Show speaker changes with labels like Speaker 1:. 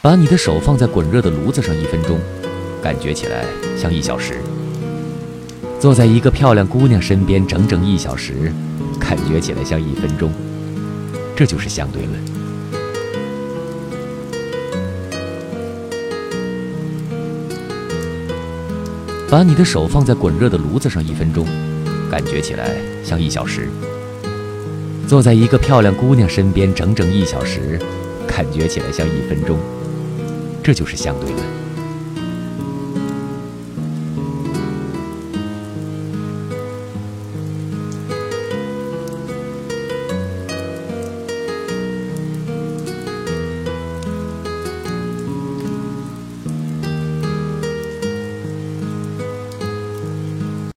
Speaker 1: 把你的手放在滚热的炉子上1分钟，感觉起来像1小时。坐在一个漂亮姑娘身边整整1小时，感觉起来像1分钟。这就是相对论。把你的手放在滚热的炉子上1分钟，感觉起来像1小时。坐在一个漂亮姑娘身边整整1小时，感觉起来像1分钟。这就是相对论。